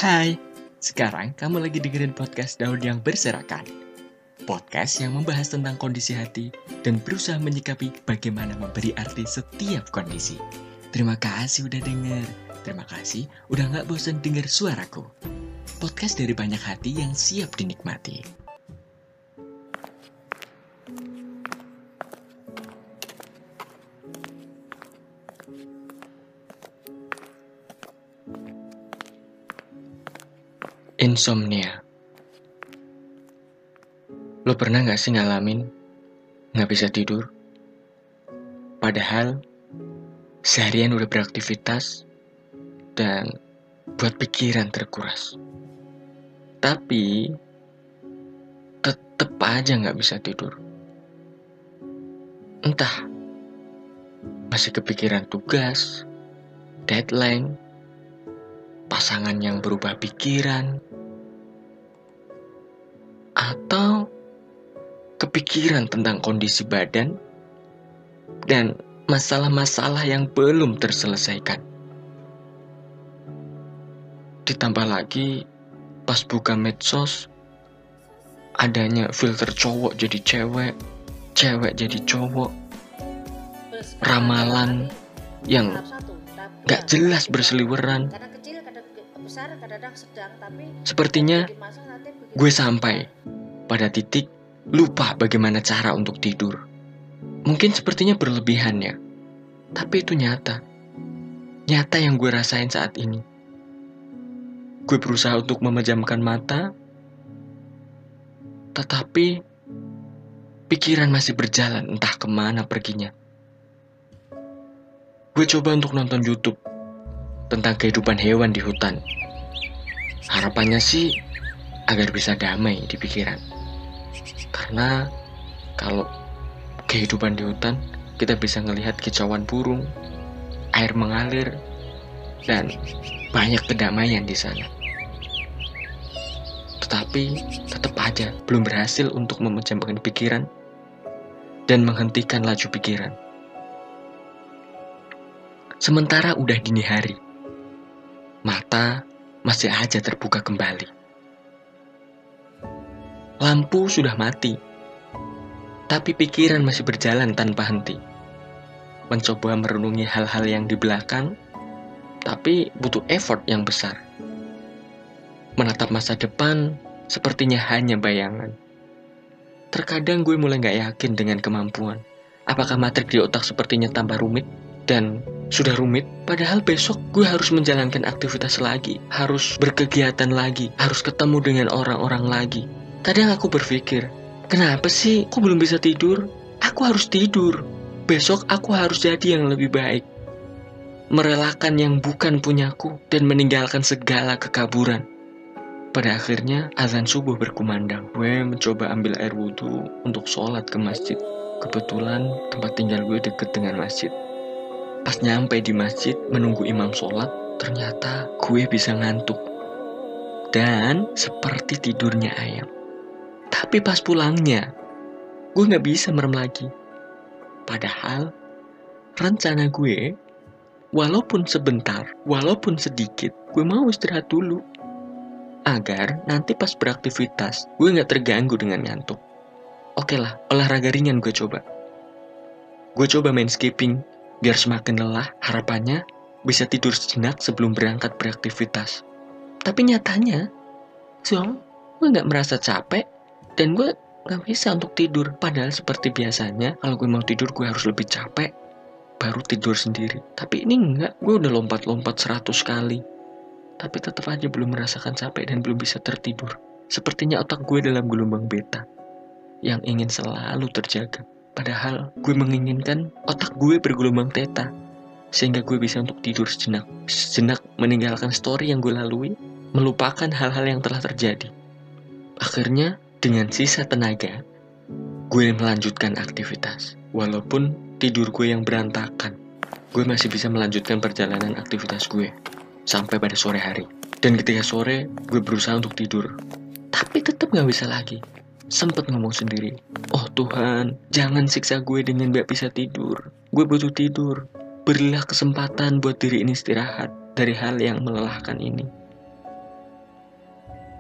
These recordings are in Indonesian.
Hai, sekarang kamu lagi dengerin podcast Daun yang Berserakan. Podcast yang membahas tentang kondisi hati dan berusaha menyikapi bagaimana memberi arti setiap kondisi. Terima kasih udah denger. Terima kasih udah gak bosan denger suaraku. Podcast dari banyak hati yang siap dinikmati. Insomnia. Lo pernah gak sih ngalamin gak bisa tidur? Padahal seharian udah beraktivitas dan buat pikiran terkuras. Tapi tetep aja gak bisa tidur. Entah masih kepikiran tugas, deadline, pasangan yang berubah pikiran, atau kepikiran tentang kondisi badan dan masalah-masalah yang belum terselesaikan. Ditambah lagi pas buka medsos, adanya filter cowok jadi cewek, cewek jadi cowok, ramalan yang gak jelas berseliweran. Sepertinya gue sampai pada titik lupa bagaimana cara untuk tidur. Mungkin sepertinya berlebihan ya, tapi itu nyata yang gue rasain saat ini. Gue berusaha untuk memejamkan mata, tetapi pikiran masih berjalan entah kemana perginya. Gue coba untuk nonton YouTube tentang kehidupan hewan di hutan. Harapannya sih agar bisa damai di pikiran. Karena kalau kehidupan di hutan, kita bisa ngelihat kicauan burung, air mengalir, dan banyak kedamaian di sana. Tetapi tetap aja belum berhasil untuk memejamkan pikiran dan menghentikan laju pikiran. Sementara udah dini hari, mata masih aja terbuka kembali. Lampu sudah mati, tapi pikiran masih berjalan tanpa henti. Mencoba merenungi hal-hal yang di belakang, tapi butuh effort yang besar. Menatap masa depan sepertinya hanya bayangan. Terkadang gue mulai gak yakin dengan kemampuan. Apakah matrik di otak sepertinya tambah rumit? Dan sudah rumit, padahal besok gue harus menjalankan aktivitas lagi, harus berkegiatan lagi, harus ketemu dengan orang-orang lagi. Kadang aku berpikir, kenapa sih aku belum bisa tidur? Aku harus tidur. Besok aku harus jadi yang lebih baik. Merelakan yang bukan punyaku dan meninggalkan segala kekaburan. Pada akhirnya azan subuh berkumandang. Gue mencoba ambil air wudhu untuk sholat ke masjid. Kebetulan tempat tinggal gue deket dengan masjid. Pas nyampe di masjid menunggu imam sholat, ternyata gue bisa ngantuk. Dan seperti tidurnya ayam. Tapi pas pulangnya, gue gak bisa merem lagi. Padahal rencana gue, walaupun sebentar, walaupun sedikit, gue mau istirahat dulu. Agar nanti pas beraktivitas, gue gak terganggu dengan ngantuk. Oke lah, olahraga ringan gue coba. Gue coba main skipping. Biar semakin lelah, harapannya bisa tidur sejenak sebelum berangkat beraktivitas. Tapi nyatanya, gue gak merasa capek dan gue gak bisa untuk tidur. Padahal seperti biasanya, kalau gue mau tidur gue harus lebih capek, baru tidur sendiri. Tapi ini enggak, gue udah lompat-lompat 100 kali. Tapi tetap aja belum merasakan capek dan belum bisa tertidur. Sepertinya otak gue dalam gelombang beta, yang ingin selalu terjaga. Padahal gue menginginkan otak gue bergelombang theta, sehingga gue bisa untuk tidur sejenak. Sejenak meninggalkan story yang gue lalui, melupakan hal-hal yang telah terjadi. Akhirnya dengan sisa tenaga, gue melanjutkan aktivitas. Walaupun tidur gue yang berantakan, gue masih bisa melanjutkan perjalanan aktivitas gue sampai pada sore hari. Dan ketika sore, gue berusaha untuk tidur, tapi tetap gak bisa lagi. Sempet ngomong sendiri, oh Tuhan, jangan siksa gue dengan gak bisa tidur. Gue butuh tidur. Berilah kesempatan buat diri ini istirahat dari hal yang melelahkan ini.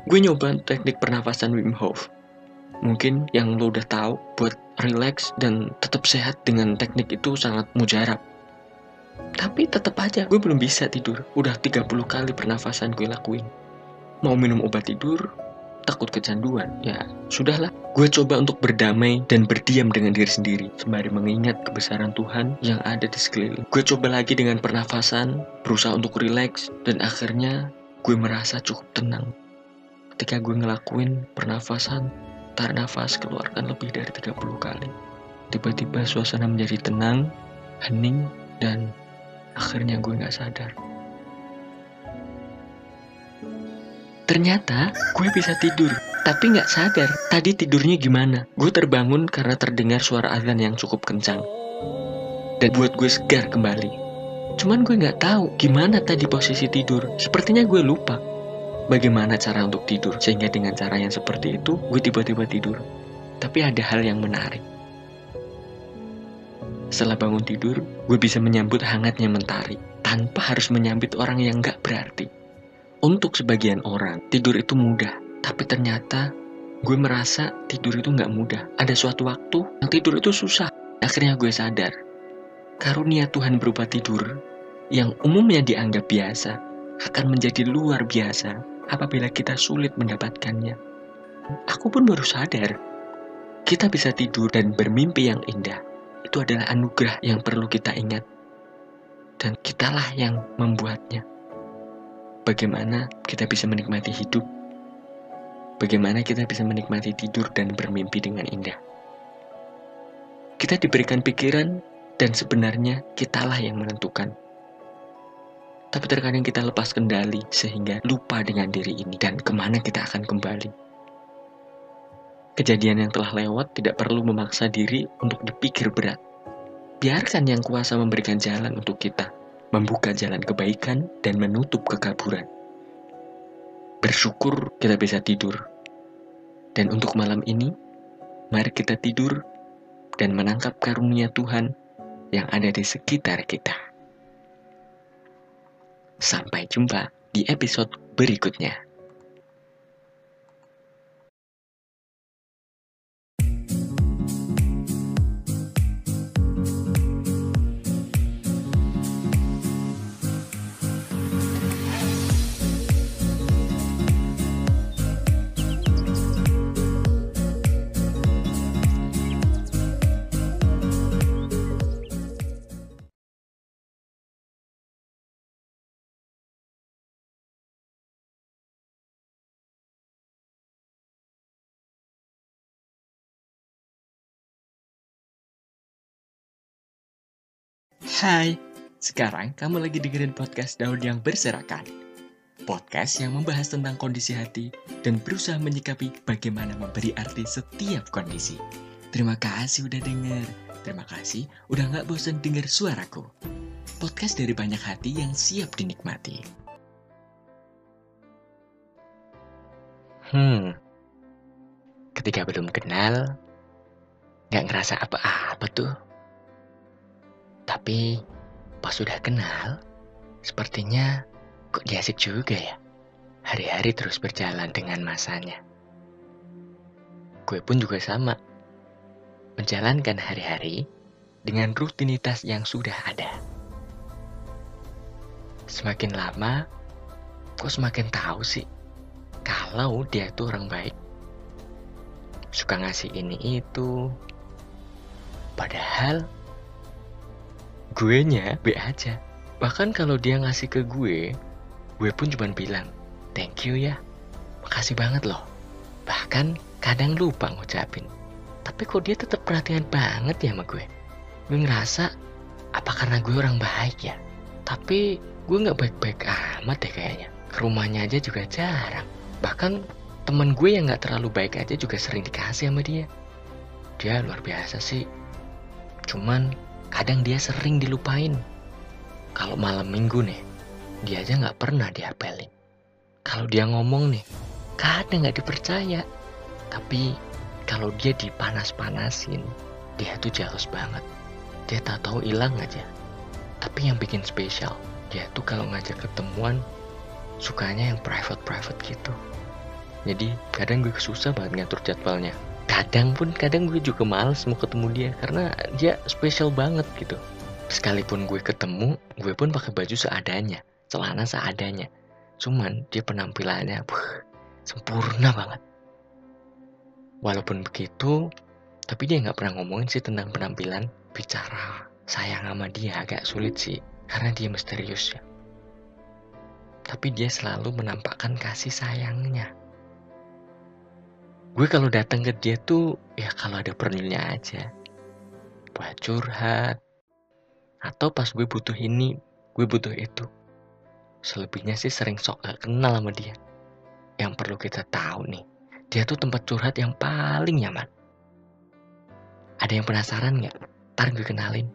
Gue nyoba teknik pernafasan Wim Hof. Mungkin yang lo udah tahu, buat relax dan tetap sehat dengan teknik itu sangat mujarab. Tapi tetap aja gue belum bisa tidur. Udah 30 kali pernafasan gue lakuin. Mau minum obat tidur, takut kecanduan. Ya, sudahlah. Gue coba untuk berdamai dan berdiam dengan diri sendiri sembari mengingat kebesaran Tuhan yang ada di sekeliling. Gue coba lagi dengan pernafasan, berusaha untuk relax, dan akhirnya gue merasa cukup tenang. Ketika gue ngelakuin pernafasan, tarik nafas, keluarkan lebih dari 30 kali. Tiba-tiba suasana menjadi tenang, hening, dan akhirnya gue gak sadar. Ternyata gue bisa tidur, tapi gak sadar tadi tidurnya gimana. Gue terbangun karena terdengar suara azan yang cukup kencang dan buat gue segar kembali. Cuman gue gak tahu gimana tadi posisi tidur. Sepertinya gue lupa bagaimana cara untuk tidur, sehingga dengan cara yang seperti itu gue tiba-tiba tidur. Tapi ada hal yang menarik. Setelah bangun tidur, gue bisa menyambut hangatnya mentari tanpa harus menyambut orang yang gak berarti. Untuk sebagian orang, tidur itu mudah. Tapi ternyata gue merasa tidur itu gak mudah. Ada suatu waktu yang tidur itu susah. Akhirnya gue sadar, karunia Tuhan berupa tidur yang umumnya dianggap biasa akan menjadi luar biasa apabila kita sulit mendapatkannya. Aku pun baru sadar, kita bisa tidur dan bermimpi yang indah. Itu adalah anugerah yang perlu kita ingat. Dan kitalah yang membuatnya. Bagaimana kita bisa menikmati hidup? Bagaimana kita bisa menikmati tidur dan bermimpi dengan indah? Kita diberikan pikiran dan sebenarnya kitalah yang menentukan. Tapi terkadang kita lepas kendali sehingga lupa dengan diri ini dan kemana kita akan kembali. Kejadian yang telah lewat tidak perlu memaksa diri untuk dipikir berat. Biarkan yang kuasa memberikan jalan untuk kita, membuka jalan kebaikan dan menutup kekaburan. Bersyukur kita bisa tidur. Dan untuk malam ini, mari kita tidur dan menangkap karunia Tuhan yang ada di sekitar kita. Sampai jumpa di episode berikutnya. Hai, sekarang kamu lagi dengerin podcast Daun yang Berserakan. Podcast yang membahas tentang kondisi hati dan berusaha menyikapi bagaimana memberi arti setiap kondisi. Terima kasih udah denger. Terima kasih udah gak bosan denger suaraku. Podcast dari banyak hati yang siap dinikmati. Ketika belum kenal, gak ngerasa apa-apa tuh. Tapi pas sudah kenal, sepertinya kok dia asik juga ya. Hari-hari terus berjalan dengan masanya. Gue pun juga sama. Menjalankan hari-hari dengan rutinitas yang sudah ada. Semakin lama, kok semakin tahu sih kalau dia tuh orang baik. Suka ngasih ini itu. Padahal guenya be aja. Bahkan kalau dia ngasih ke gue pun cuma bilang, thank you ya, makasih banget loh. Bahkan kadang lupa ngucapin. Tapi kok dia tetap perhatian banget ya sama gue. Gue ngerasa, apa karena gue orang baik ya? Tapi gue gak baik-baik amat deh kayaknya. Ke rumahnya aja juga jarang. Bahkan temen gue yang gak terlalu baik aja juga sering dikasih sama dia. Dia luar biasa sih. Cuman kadang dia sering dilupain. Kalau malam minggu nih, dia aja gak pernah diapelin. Kalau dia ngomong nih, kadang gak dipercaya. Tapi kalau dia dipanas-panasin, dia tuh jealous banget. Dia tak tahu hilang aja. Tapi yang bikin spesial, dia tuh kalau ngajak ketemuan, sukanya yang private gitu. Jadi kadang gue susah banget ngatur jadwalnya. Kadang gue juga males mau ketemu dia karena dia spesial banget gitu. Sekalipun gue ketemu, gue pun pakai baju seadanya, celana seadanya. Cuman dia penampilannya sempurna banget. Walaupun begitu, tapi dia nggak pernah ngomongin sih tentang penampilan. Bicara sayang sama dia agak sulit sih, karena dia misterius ya. Tapi dia selalu menampakkan kasih sayangnya. Gue kalau datang ke dia tuh, ya kalau ada perlunya aja. Buat curhat. Atau pas gue butuh ini, gue butuh itu. Selebihnya sih sering sok gak kenal sama dia. Yang perlu kita tahu nih, dia tuh tempat curhat yang paling nyaman. Ada yang penasaran gak? Ntar gue kenalin.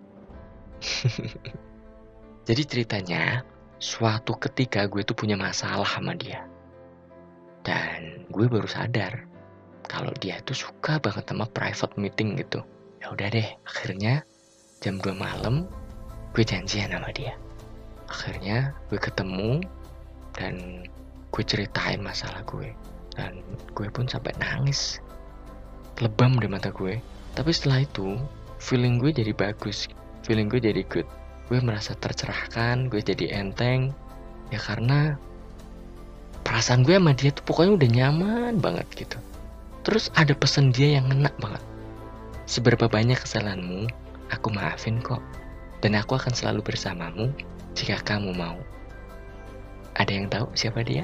Jadi ceritanya, suatu ketika gue tuh punya masalah sama dia. Dan gue baru sadar kalau dia tuh suka banget sama private meeting gitu. Ya udah deh, akhirnya jam 2 malam gue janjian sama dia. Akhirnya gue ketemu dan gue ceritain masalah gue. Dan gue pun sampai nangis. Lebam di mata gue. Tapi setelah itu, feeling gue jadi bagus. Feeling gue jadi good. Gue merasa tercerahkan, gue jadi enteng. Ya karena perasaan gue sama dia tuh pokoknya udah nyaman banget gitu. Terus ada pesan dia yang ngena banget. Seberapa banyak kesalahanmu, aku maafin kok. Dan aku akan selalu bersamamu jika kamu mau. Ada yang tahu siapa dia?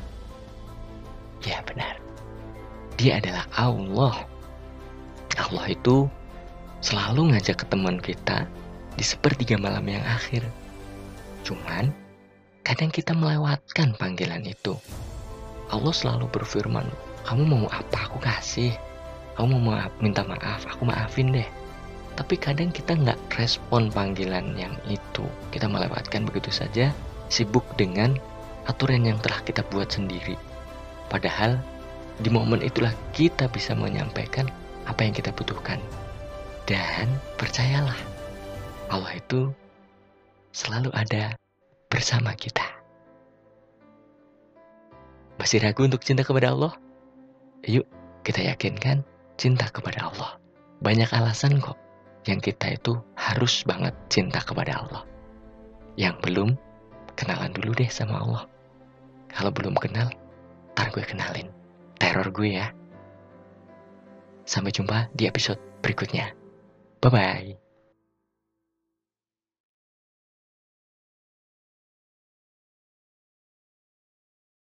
Ya benar. Dia adalah Allah. Allah itu selalu ngajak ketemuan kita di sepertiga malam yang akhir. Cuman, kadang kita melewatkan panggilan itu. Allah selalu berfirman, kamu mau apa aku kasih. Kamu mau minta maaf, aku maafin deh. Tapi kadang kita nggak respon panggilan yang itu. Kita melewatkan begitu saja, sibuk dengan aturan yang telah kita buat sendiri. Padahal, di momen itulah kita bisa menyampaikan apa yang kita butuhkan. Dan percayalah, Allah itu selalu ada bersama kita. Masih ragu untuk cinta kepada Allah? Yuk, kita yakinkan cinta kepada Allah. Banyak alasan kok yang kita itu harus banget cinta kepada Allah. Yang belum, kenalan dulu deh sama Allah. Kalau belum kenal, ntar gue kenalin. Teror gue ya. Sampai jumpa di episode berikutnya. Bye-bye.